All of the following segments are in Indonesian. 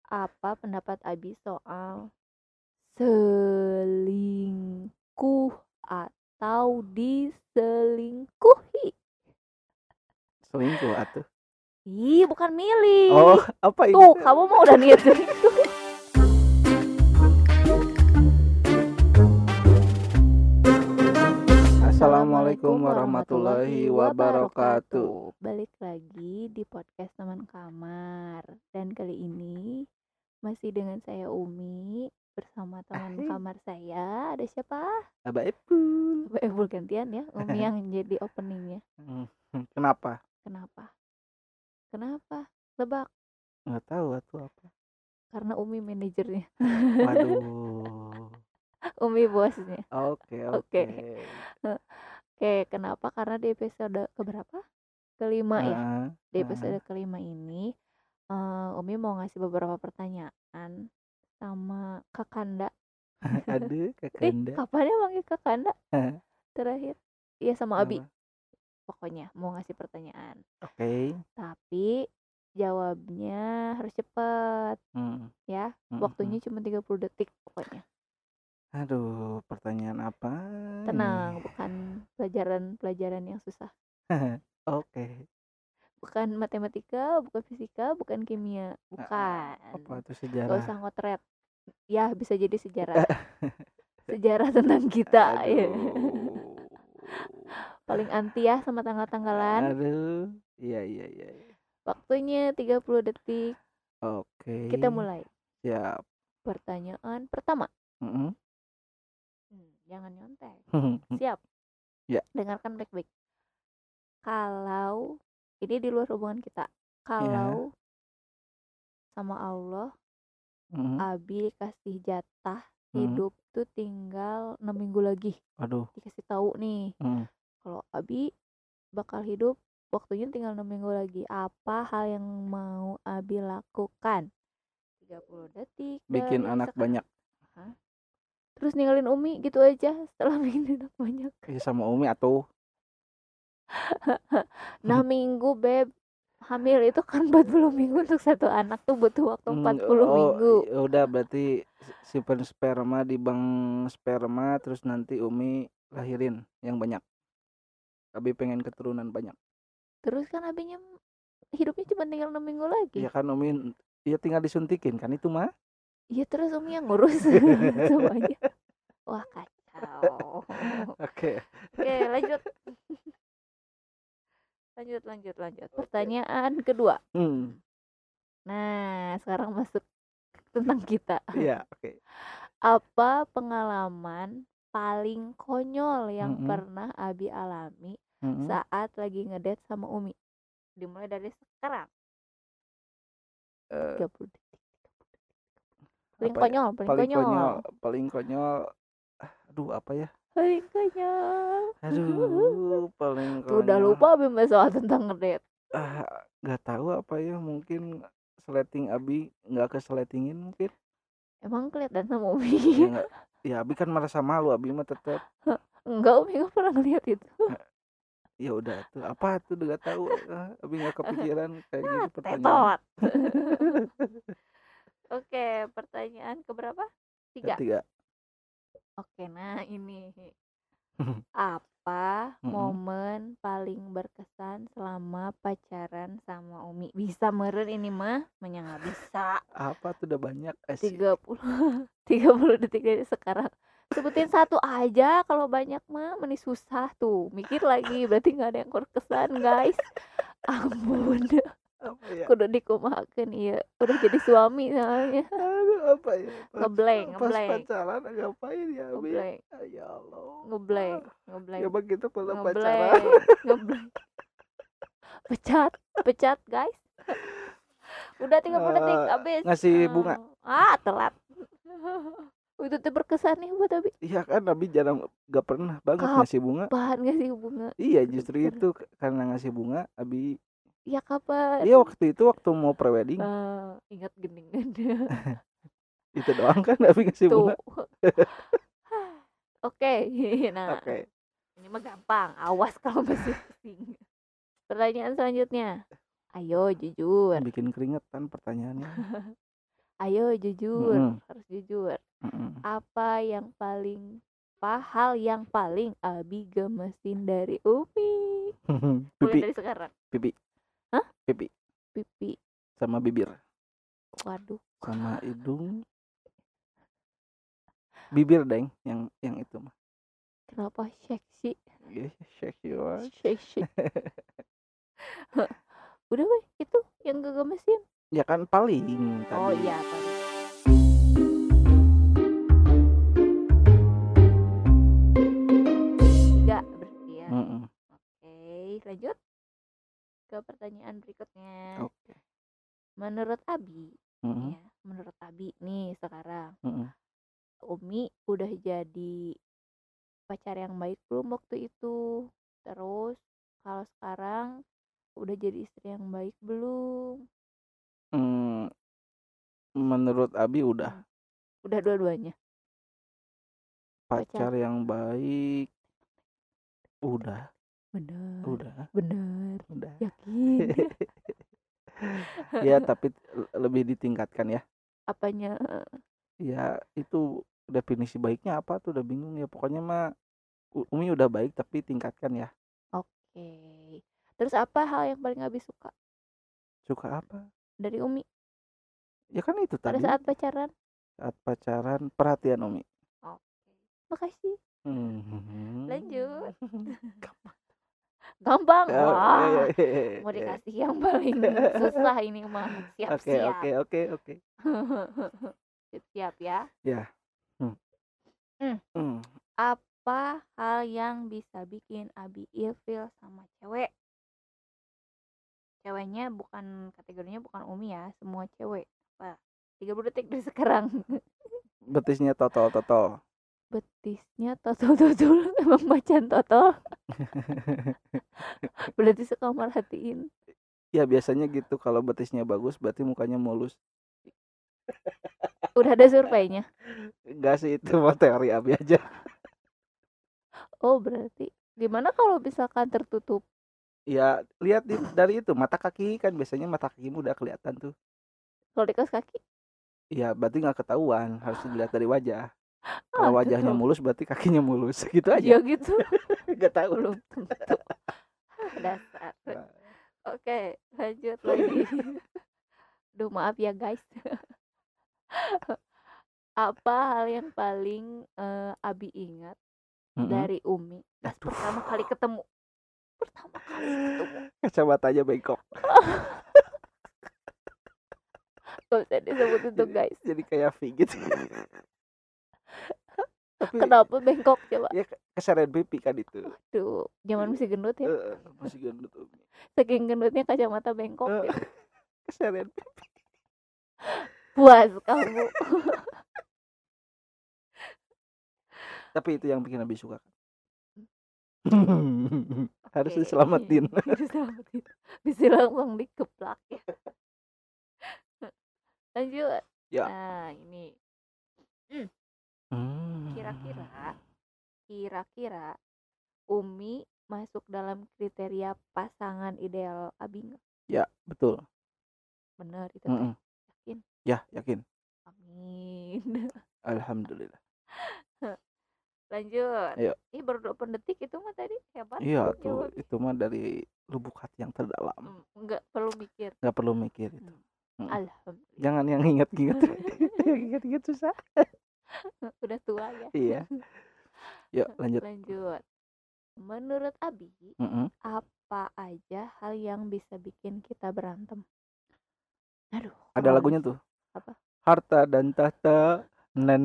Apa pendapat Abi soal selingkuh atau diselingkuhi? Selingkuh atuh. Ih, bukan milih. Oh, apa ini Tuh, teh? kamu mau udah niat selingkuh. Assalamualaikum warahmatullahi wabarakatuh. Balik lagi di podcast teman kamar. Dan kali ini masih dengan saya Umi bersama teman kamar saya. Ada siapa? Aba Epul. Gantian ya, Umi yang jadi openingnya. Kenapa? Kenapa? Tebak. Nggak tahu atuh apa. Karena Umi manajernya. Waduh. Umi bosnya. Oke. Oke. Oke, kenapa? Karena di episode keberapa? Kelima ya. Di episode kelima ini Umi mau ngasih beberapa pertanyaan sama Kakanda. Aduh, Kakanda. Kapan ya manggil Kakanda? Terakhir. Iya sama Abi. Kenapa? Pokoknya mau ngasih pertanyaan. Oke. Tapi jawabnya harus cepat. Ya. Waktunya cuma 30 detik pokoknya. Aduh, pertanyaan apa? Tenang, bukan pelajaran yang susah. Oke. Bukan matematika, bukan fisika, bukan kimia, bukan. Apa itu Gak sejarah? usah ngotret. Ya, bisa jadi sejarah. Sejarah tentang kita. Ya. Paling anti ya sama tanggal-tanggalan. Aduh. Iya. Waktunya 30 detik. Oke. Kita mulai. Siap. Pertanyaan pertama. Jangan nyontek. Siap. Ya. Dengarkan baik-baik. Kalau ini di luar hubungan kita. Kalau sama Allah Abi kasih jatah hidup tuh tinggal 6 minggu lagi. Aduh. Dikasih tahu nih. Kalau Abi bakal hidup waktunya tinggal 6 minggu lagi. Apa hal yang mau Abi lakukan? 30 detik Bikin dari anak banyak. Hah? Terus ninggalin Umi gitu aja setelah bikin anak banyak. Iya sama Umi atuh. 6 minggu beb. Hamil itu kan 40 minggu untuk satu anak tuh butuh waktu 40 minggu. Ya udah berarti simpen sperma di bank sperma terus nanti Umi lahirin yang banyak. Abi pengen keturunan banyak. Terus kan abinya hidupnya cuma tinggal 6 minggu lagi. Iya kan Umi ya tinggal disuntikin kan itu mah. Iya terus Umi yang ngurus semuanya. Wah kacau. Oke, lanjut. Lanjut. Pertanyaan kedua. Nah, sekarang masuk tentang kita. Iya, oke. Apa pengalaman paling konyol yang pernah Abi alami saat lagi ngedate sama Umi? Dimulai dari sekarang. 30 detik. Paling konyol. Aduh, apa ya? Paling konyol. Paling konyol. Tuh udah lupa Abi soal tentang ngedate. Nggak tahu apa ya, mungkin sleting Abi nggak kesletingin mungkin. Emang kelihatan sama Umi? Ya Abi kan merasa malu, Abi mah tetap. Enggak, Umi nggak pernah ngeliat itu. Ya udah tuh, apa tuh nggak tahu. Abi nggak kepikiran kayak gitu Tetot. pertanyaan. Oke, pertanyaan keberapa? 3. Oke, nah ini. Apa momen paling berkesan selama pacaran sama Umi? Bisa meren ini mah, nggak bisa. Apa tuh udah banyak. 30 detik dari sekarang. Sebutin satu aja, kalau banyak mah meni susah tuh. Mikir lagi, berarti nggak ada yang berkesan guys. Ampun. Ya? Kudu dikumahakeun iya. Udah jadi suami soalnya. Aduh, apa ya? Ngeblank. Pas pacaran ngapain ya Abi? Ya Allah. Ngeblank. Ya begitu pernah pacaran. Ngeblank. Pecat guys. Udah 30 detik habis. Ngasih bunga. Telat. Itu tuh berkesan nih buat Abi. Iya kan Abi jarang, gak pernah banget ngasih bunga. Kapan ngasih bunga? Iya justru itu karena ngasih bunga Abi. Iya kapan? Iya waktu itu waktu mau prewedding. Ingat geningan. Itu doang kan Abi ngasih bunga. Oke. Nah. Ini mah gampang. Awas kalau masih pusing. Pertanyaan selanjutnya. Ayo jujur. Bikin keringetan pertanyaannya. Ayo jujur, harus jujur. Apa hal yang paling Abi gemesin dari Umi? Mulai dari sekarang. Pipi. Hah? Pipi. Sama bibir. Waduh. Sama hidung. Bibir deng, yang itu mah. Kenapa seksi? Seksi banget. Seksi. Udah weh, itu yang gak gemesin. Ya kan paling tadi. Oh iya paling. Tiga berarti ya. Oke, lanjut ke pertanyaan berikutnya. Oke. Menurut Abi, ya, menurut Abi nih sekarang, Umi udah jadi pacar yang baik belum waktu itu? Terus kalau sekarang udah jadi istri yang baik belum? Menurut Abi udah. Udah dua-duanya. Pacar yang baik. Udah. Benar. Yakin? Ya tapi lebih ditingkatkan ya. Apanya? Ya itu definisi baiknya apa tuh udah bingung ya. Pokoknya mah Umi udah baik tapi tingkatkan ya. Oke. Terus apa hal yang paling Abi suka? Suka apa? Dari Umi? Ya kan itu tadi. Pada saat pacaran? Saat pacaran perhatian Umi. Oke. Makasih. Lanjut. Gampang. Wah. Mau dikasih yang paling susah ini mah. Siap-siap. Oke. Siap ya. Ya. Apa hal yang bisa bikin Abi ilfil sama cewek? Ceweknya bukan, kategorinya bukan Umi ya, semua cewek. Apa? 30 detik dari sekarang. Betisnya totol. Betisnya totol. Emang macan totol. Berarti suka merhatiin. Ya biasanya gitu, kalau betisnya bagus berarti mukanya mulus. Udah ada surveinya? Enggak sih, itu mau teori Abi aja. Oh berarti gimana kalau misalkan tertutup? Ya lihat dari itu mata kaki, kan biasanya mata kakimu udah kelihatan tuh. Kalau di kaos kaki? Ya berarti nggak ketahuan, harus dilihat dari wajah. Kalau wajahnya mulus berarti kakinya mulus, gitu aja. Ya gitu. Nggak tahu. Belum tentu. Dasar. Oke, lanjut lagi. Duh maaf ya guys. Apa hal yang paling Abi ingat dari Umi pas pertama kali ketemu? Kacamatanya bengkok. Gak usah disebut itu guys. Jadi kayak V gitu. Tapi, kenapa bengkok coba? Ya keseret pipi kan itu. Aduh, zaman masih gendut ya. Masih gendut Umi. Saking gendutnya kacamata bengkok. Keseret pipi. Puas kamu. Tapi itu yang bikin Abi suka kan. Harus diselamatin. Bisa langsung dikeplak ya. Lanjut. Ya. Nah ini. Kira-kira Umi masuk dalam kriteria pasangan ideal Abi nggak? Ya betul. Bener itu kan? Yakin? Ya yakin. Amin. Alhamdulillah. Lanjut. Ayo. Ih baru 8 detik itu mah tadi hebat. Iya tuh, itu mah dari lubuk hati yang terdalam. Nggak perlu mikir. Nggak perlu mikir itu. Alhamdulillah. Jangan yang ingat-ingat. Yang ingat-ingat susah. Udah tua ya. Iya. Yuk lanjut. Menurut Abi, apa aja hal yang bisa bikin kita berantem? Aduh. Ada lagunya tuh. Apa? Harta dan tahta. Nah.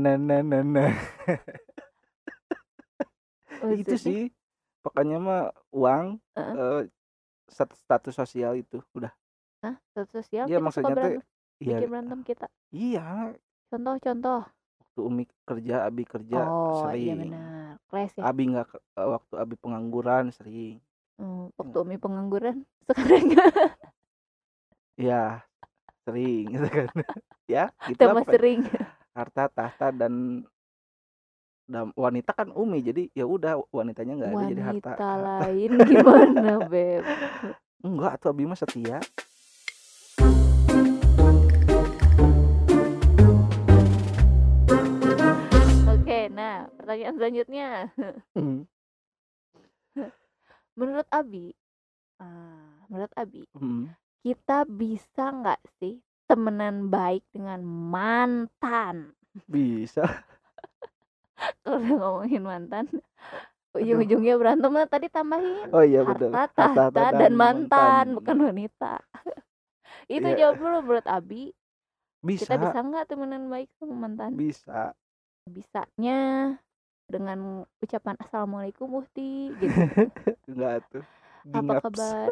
Itu sih. Pokoknya mah uang, status sosial itu udah. Hah? Status sosial? Iya maksudnya tuh. Bikin berantem kita. Iya. Contoh. Waktu Umi kerja, Abi kerja sering. Iya benar. Kelas ya. Abi nggak waktu Abi pengangguran sering. Waktu Umi pengangguran sekarang enggak. Iya sering gitu kan. Ya gitu lah sering. Harta tahta dan wanita kan Umi, jadi ya udah wanitanya nggak ada, jadi harta. Wanita lain gimana Beb? Enggak tuh Abi mah setia. pertanyaan selanjutnya. Menurut Abi, kita bisa nggak sih temenan baik dengan mantan? Bisa. Kalau udah ngomongin mantan, ujung-ujungnya berantem lah. Tadi tambahin Oh iya betul. harta, tahta, dan mantan, bukan wanita. Itu Ya, jawab dulu menurut Abi. Kita bisa. bisa nggak temenan baik sama mantan? Bisa. Bisanya dengan ucapan assalamualaikum Muhti gitu. Enggak tuh. Apa Gingaps. kabar?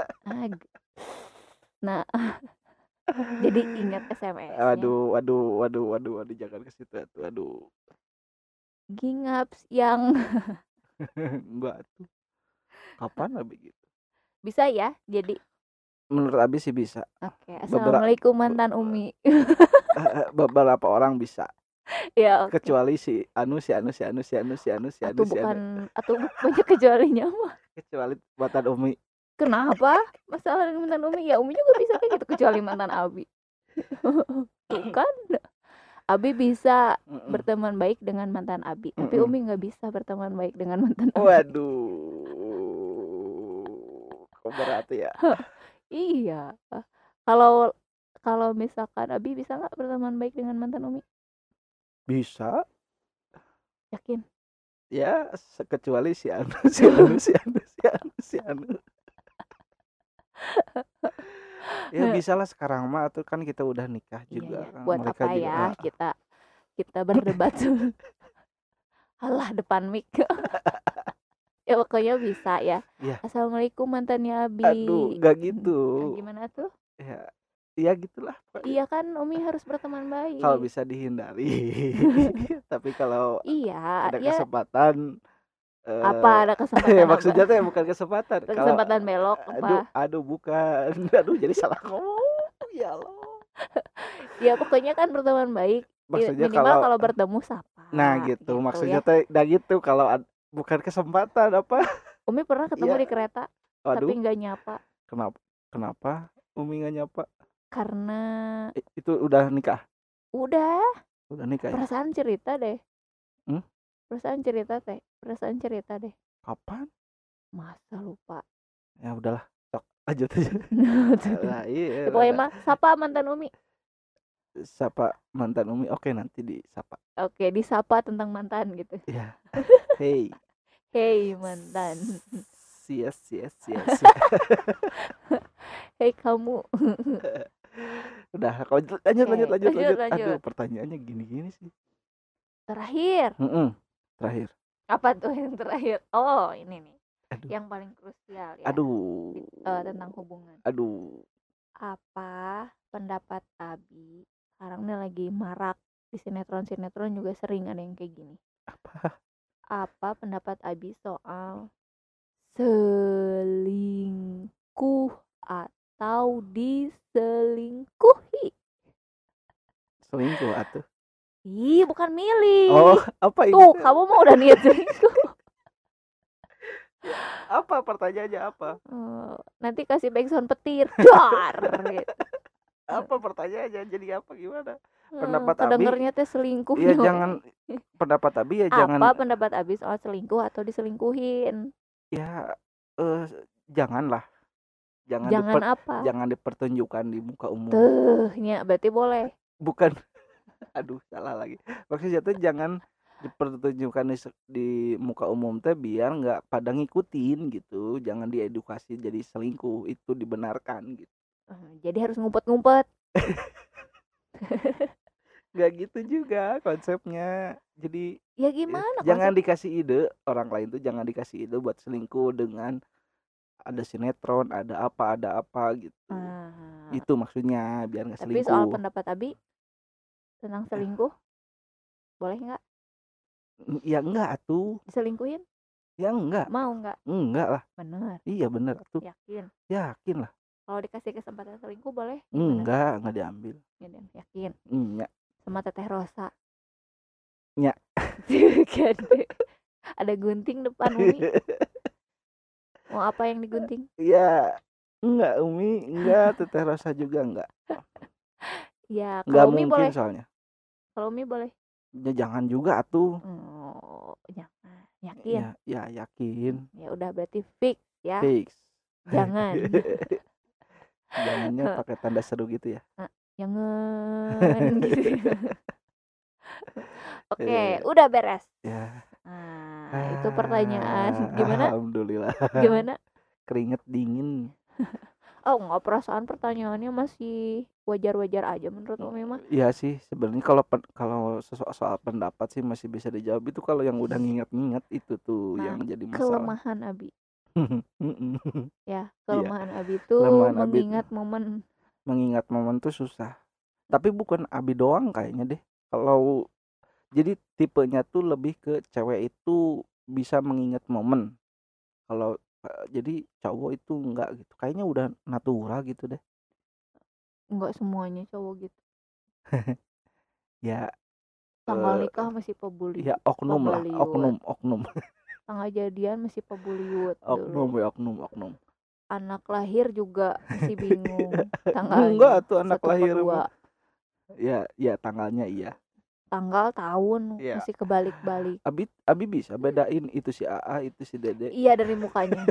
Nah, jadi ingat SMS-nya. Waduh, jangan ke situ tuh. Aduh. Gingaps yang Enggak tuh. Kapan Abi gitu? bisa ya. Jadi Menurut Abi sih bisa. oke, assalamualaikum mantan Umi. Beberapa orang bisa. Ya, oke. Kecuali si anu. Atau banyak kecualinya mah. Kecuali mantan Umi. Kenapa? Masalah dengan mantan Umi? Ya Umi juga bisa kayak gitu kecuali mantan Abi. Tuh kan. Abi bisa berteman baik dengan mantan Abi, tapi Umi nggak bisa berteman baik dengan mantan Abi. Waduh, kok berat ya? Iya. Kalau misalkan Abi bisa nggak berteman baik dengan mantan Umi? Bisa. Yakin? Ya, kecuali si anu. Ya bisa lah sekarang mah tuh kan kita udah nikah juga. Iya. Buat mereka apa juga, ya kita berdebat. Alah depan mic. Ya pokoknya bisa ya. Ya. Assalamualaikum mantannya Abi. Aduh, nggak gitu. Gimana tuh? Ya gitulah. Iya kan Umi harus berteman baik. Kalau bisa dihindari. Tapi kalau ada kesempatan. Ada kesempatan maksudnya tuh bukan kesempatan. Kesempatan belok apa? Aduh bukan. Aduh jadi salah ngomong. Ya Allah. Ya pokoknya kan berteman baik. Maksudnya minimal kalau bertemu sapa. Nah gitu maksudnya tuh gitu kalau bukan kesempatan apa. Umi pernah ketemu di kereta. Waduh. Tapi nggak nyapa. Kenapa Umi nggak nyapa? Karena itu udah nikah. Udah nikah. Perasaan cerita deh. Perasaan cerita deh. Kapan? Masa lupa. Ya udahlah, lanjut aja. Nah, iya. Pokoknya mah sapa mantan Umi. Sapa mantan Umi. Oke, nanti disapa. Oke, disapa tentang mantan gitu. Iya. Hey. Hey mantan. Yes. Hey kamu. Udah, lanjut. Aduh, pertanyaannya gini sih. Terakhir. Terakhir. Apa tuh yang terakhir? Oh, ini nih. Yang paling krusial ya. Tentang hubungan. Apa pendapat Abi? Sekarang ini lagi marak di sinetron juga sering ada yang kayak gini. Apa pendapat Abi soal selingkuh atau diselingkuhi? Selingkuh atuh. Ih, bukan milih. Oh, apa ini? Tuh, kamu mau udah niat selingkuh. Apa pertanyaannya apa? Nanti kasih backsound petir. Dar gitu. Apa pertanyaannya? Jadi apa gimana? Pendapat Abi. Kedengernya teh selingkuh. Iya, jangan pendapat Abi ya jangan. Apa pendapat Abi soal selingkuh atau diselingkuhin? Ya, janganlah. Jangan dipertunjukkan di muka umum. Nya berarti boleh. Bukan. Aduh, salah lagi. Maksudnya tuh jangan dipertunjukkan di muka umum teh biar nggak pada ngikutin gitu. Jangan diedukasi jadi selingkuh itu dibenarkan gitu. Jadi harus ngumpet-ngumpet. Nggak gitu juga konsepnya. Jadi ya gimana? Jangan dikasih ide orang lain tuh, jangan dikasih ide buat selingkuh dengan ada sinetron, ada apa gitu. Itu maksudnya biar nggak selingkuh. Tapi soal pendapat Abi tentang selingkuh boleh nggak? Ya enggak atuh. Diselingkuhin? Ya enggak. Mau nggak? Enggak lah. Bener. Iya bener atuh. Yakin lah. Kalau dikasih kesempatan selingkuh boleh? Enggak diambil. Yakin? Iya. Sama Teteh Rosa. Nya. Ada gunting depan Umi. Mau apa yang digunting? Ya enggak Umi, enggak. Teteh Rosa juga enggak. Ya kalau Umi boleh soalnya. Kalau Umi boleh? Ya jangan juga atuh. Yakin? Ya yakin. Ya udah berarti fix ya. Fix. Jangan. Jangannya pakai tanda seru gitu ya. Jangan gitu. Oke, Eh, udah beres. Ya. Nah, itu pertanyaan. Gimana? Alhamdulillah. Gimana? Keringet dingin. Oh, nggak, perasaan pertanyaannya masih wajar-wajar aja menurut Umi mah. Iya sih, sebenarnya kalau soal pendapat sih masih bisa dijawab. Itu kalau yang udah nginget-nginget itu tuh Nah, yang jadi masalah. kelemahan Abi. Ya, Iya, kelemahan Abi tuh kelemahan Abi mengingat momen. mengingat momen tuh susah. Tapi bukan Abi doang kayaknya deh. Kalau jadi tipenya tuh lebih ke cewek itu bisa mengingat momen. Kalau jadi cowok itu enggak gitu. Kayaknya udah natural gitu deh. Enggak semuanya cowok gitu. Ya Tanggal nikah masih ya oknum lah, pebaliut. oknum. Tanggal jadian masih pebaliut dulu. Oknum. Anak lahir juga masih bingung tanggalnya. Enggak tuh anak Satu lahir kedua. mah. Ya tanggalnya iya. Tanggal tahun Iya. masih kebalik-balik. Abi bisa bedain itu si AA, itu si Dede. Iya, dari mukanya.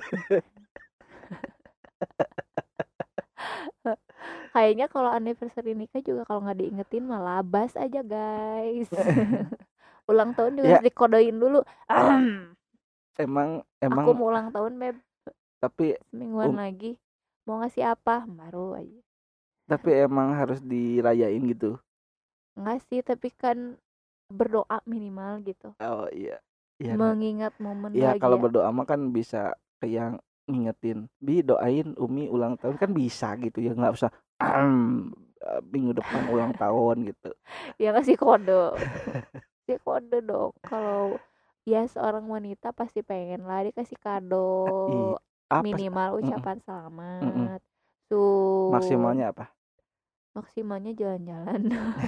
Kayaknya kalau anniversary nikah juga kalau nggak diingetin malah bas aja guys. Ulang tahun juga Ya harus dikodoin dulu. emang Aku emang mau ulang tahun beb, tapi semingguan lagi. Mau ngasih apa? Baru aja. emang harus dirayain gitu. Enggak sih, tapi kan berdoa minimal gitu. Oh iya. Iya Mengingat momen ya kalau bahagia. berdoa mah kan bisa yang ngingetin. Bi doain Umi ulang tahun kan bisa gitu ya, nggak usah minggu depan ulang tahun gitu. Ya ngasih kode. Kasih kode dong. Kalau ya seorang wanita pasti pengen lah dikasih kado. Apa Minimal mm-mm, ucapan mm-mm. selamat. Sun. Maksimalnya apa? Maksimalnya jalan-jalan.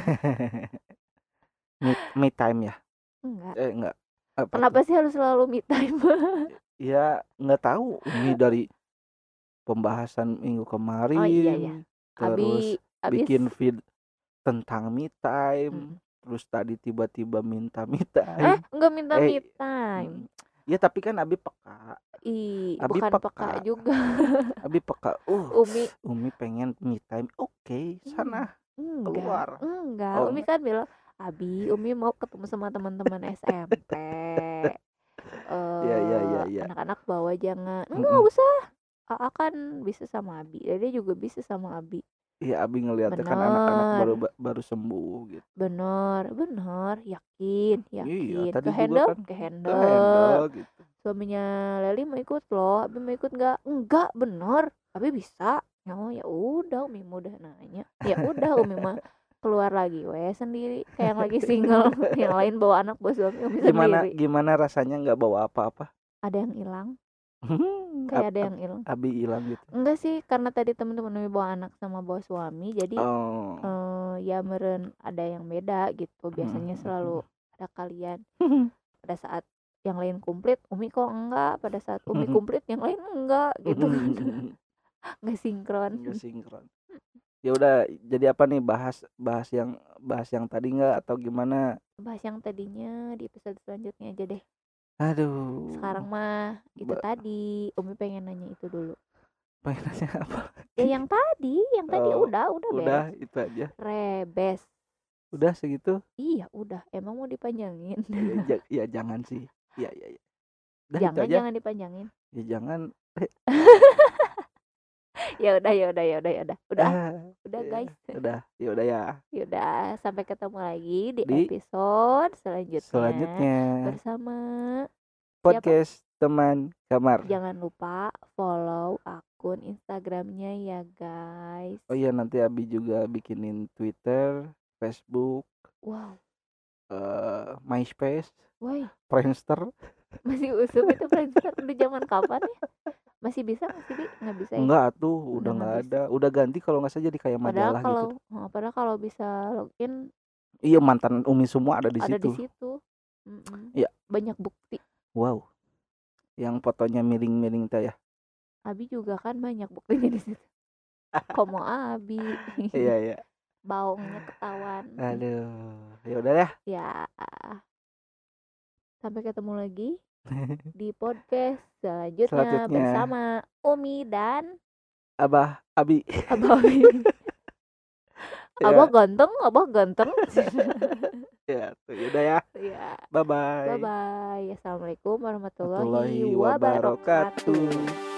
Me time ya? Enggak. Enggak. Apa tuh? Kenapa sih harus selalu me time? Ya nggak tahu. Umi dari pembahasan minggu Oh iya ya. kemarin, terus Habis bikin feed tentang me time, mm. terus tadi tiba-tiba minta me time. Enggak minta me Eh, time. ya tapi kan Abi peka. Abi Bukan peka peka. juga. Abi peka. Umi Umi pengen me time. Oke, sana keluar. enggak. Oh, Umi kan bilang, Umi mau ketemu sama teman-teman SMP. iya. Anak-anak bawa jangan. Enggak Mm-mm. usah. AA kan bisa sama Abi. Dede juga bisa sama Abi. Iya, Abi ngeliatnya kan anak-anak Bener. baru sembuh gitu. Bener. Yakin. Iya, tadi Ke juga handle? kan Ke ke handle. handle gitu. Suaminya Leli mau ikut loh. Abi mau ikut nggak? Enggak, bener. Abi bisa. Oh ya udah, Umi udah nanya. Ya udah, Umi mah keluar lagi sendiri kayak yang lagi single. Yang lain bawa anak, bawa suami, Umi sendiri. Gimana rasanya nggak bawa apa-apa? Ada yang hilang. Kayak ada yang hilang. Abi hilang gitu. Enggak sih, karena tadi teman-teman Umi bawa anak sama bawa suami, jadi ya meren ada yang beda gitu. Biasanya selalu ada kalian. Pada saat yang lain komplit, Umi kok enggak. Pada saat Umi komplit, yang lain enggak gitu kan. Nggak sinkron. Ya udah, jadi apa nih, bahas yang tadi nggak atau gimana? Bahas yang tadinya di episode selanjutnya aja deh. Aduh. Sekarang mah itu tadi Umi pengen nanya itu dulu. Pengen nanya apa? Ya yang tadi udah Udah beres. itu aja. Rebes. Udah segitu? Iya udah. Emang mau dipanjangin? Ya jangan sih. Iya. Udah itu aja. Jangan dipanjangin. Ya jangan. Ya udah. Udah guys. Ya udah ya. Yaudah, sampai ketemu lagi di episode selanjutnya bersama podcast siapa? Teman Kamar. Jangan lupa follow akun Instagramnya ya guys. Oh iya, nanti Abi juga bikinin Twitter, Facebook, wow, MySpace, woi, Friendster. Masih usum itu Friendster di zaman kapan ya? Masih bisa nggak sih, Bi? Nggak bisa ya? Enggak tuh, udah nggak ada. Udah ganti kalau nggak salah jadi kayak majalah gitu. Padahal kalau bisa login. Iya, mantan Umi semua ada di situ. Ada di situ. Iya. Banyak bukti. Wow. Yang fotonya miring-miring teh ya. Abi juga kan banyak buktinya di situ. Komo Abi. Iya. Baungnya ketahuan. Aduh, ya udah ya. Ya. Sampai ketemu lagi di podcast selanjutnya bersama Umi dan Abah Abi. Abah Abi. Abah ganteng, Abah ganteng. Ya, tuh udah ya. Ya. Bye bye. Bye bye. Assalamualaikum warahmatullahi wabarakatuh.